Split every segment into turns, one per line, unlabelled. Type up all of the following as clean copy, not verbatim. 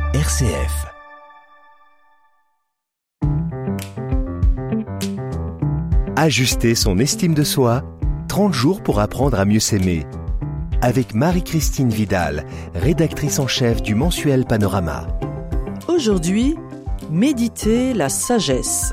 RCF. Ajuster son estime de soi, 30 jours pour apprendre à mieux s'aimer. Avec Marie-Christine Vidal, rédactrice en chef du mensuel Panorama.
Aujourd'hui, méditer la sagesse.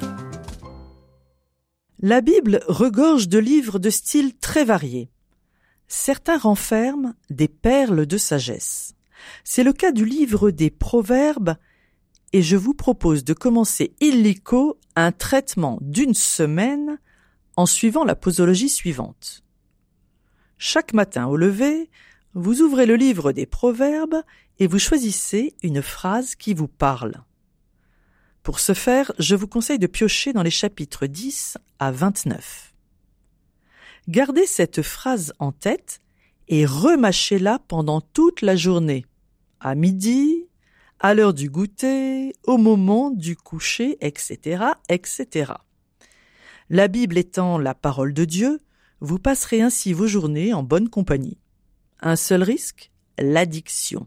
La Bible regorge de livres de styles très variés. Certains renferment des perles de sagesse. C'est le cas du livre des Proverbes et je vous propose de commencer illico un traitement d'une semaine en suivant la posologie suivante. Chaque matin au lever, vous ouvrez le livre des Proverbes et vous choisissez une phrase qui vous parle. Pour ce faire, je vous conseille de piocher dans les chapitres 10 à 29. Gardez cette phrase en tête et remâchez-la pendant toute la journée, à midi, à l'heure du goûter, au moment du coucher, etc., etc. La Bible étant la parole de Dieu, vous passerez ainsi vos journées en bonne compagnie. Un seul risque, l'addiction.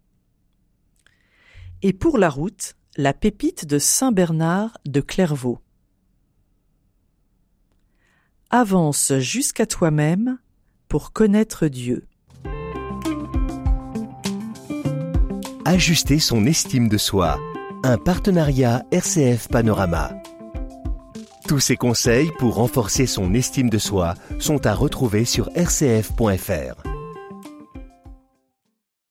Et pour la route, la pépite de Saint Bernard de Clairvaux. Avance jusqu'à toi-même pour connaître Dieu.
Ajuster son estime de soi. Un partenariat RCF Panorama. Tous ces conseils pour renforcer son estime de soi sont à retrouver sur rcf.fr.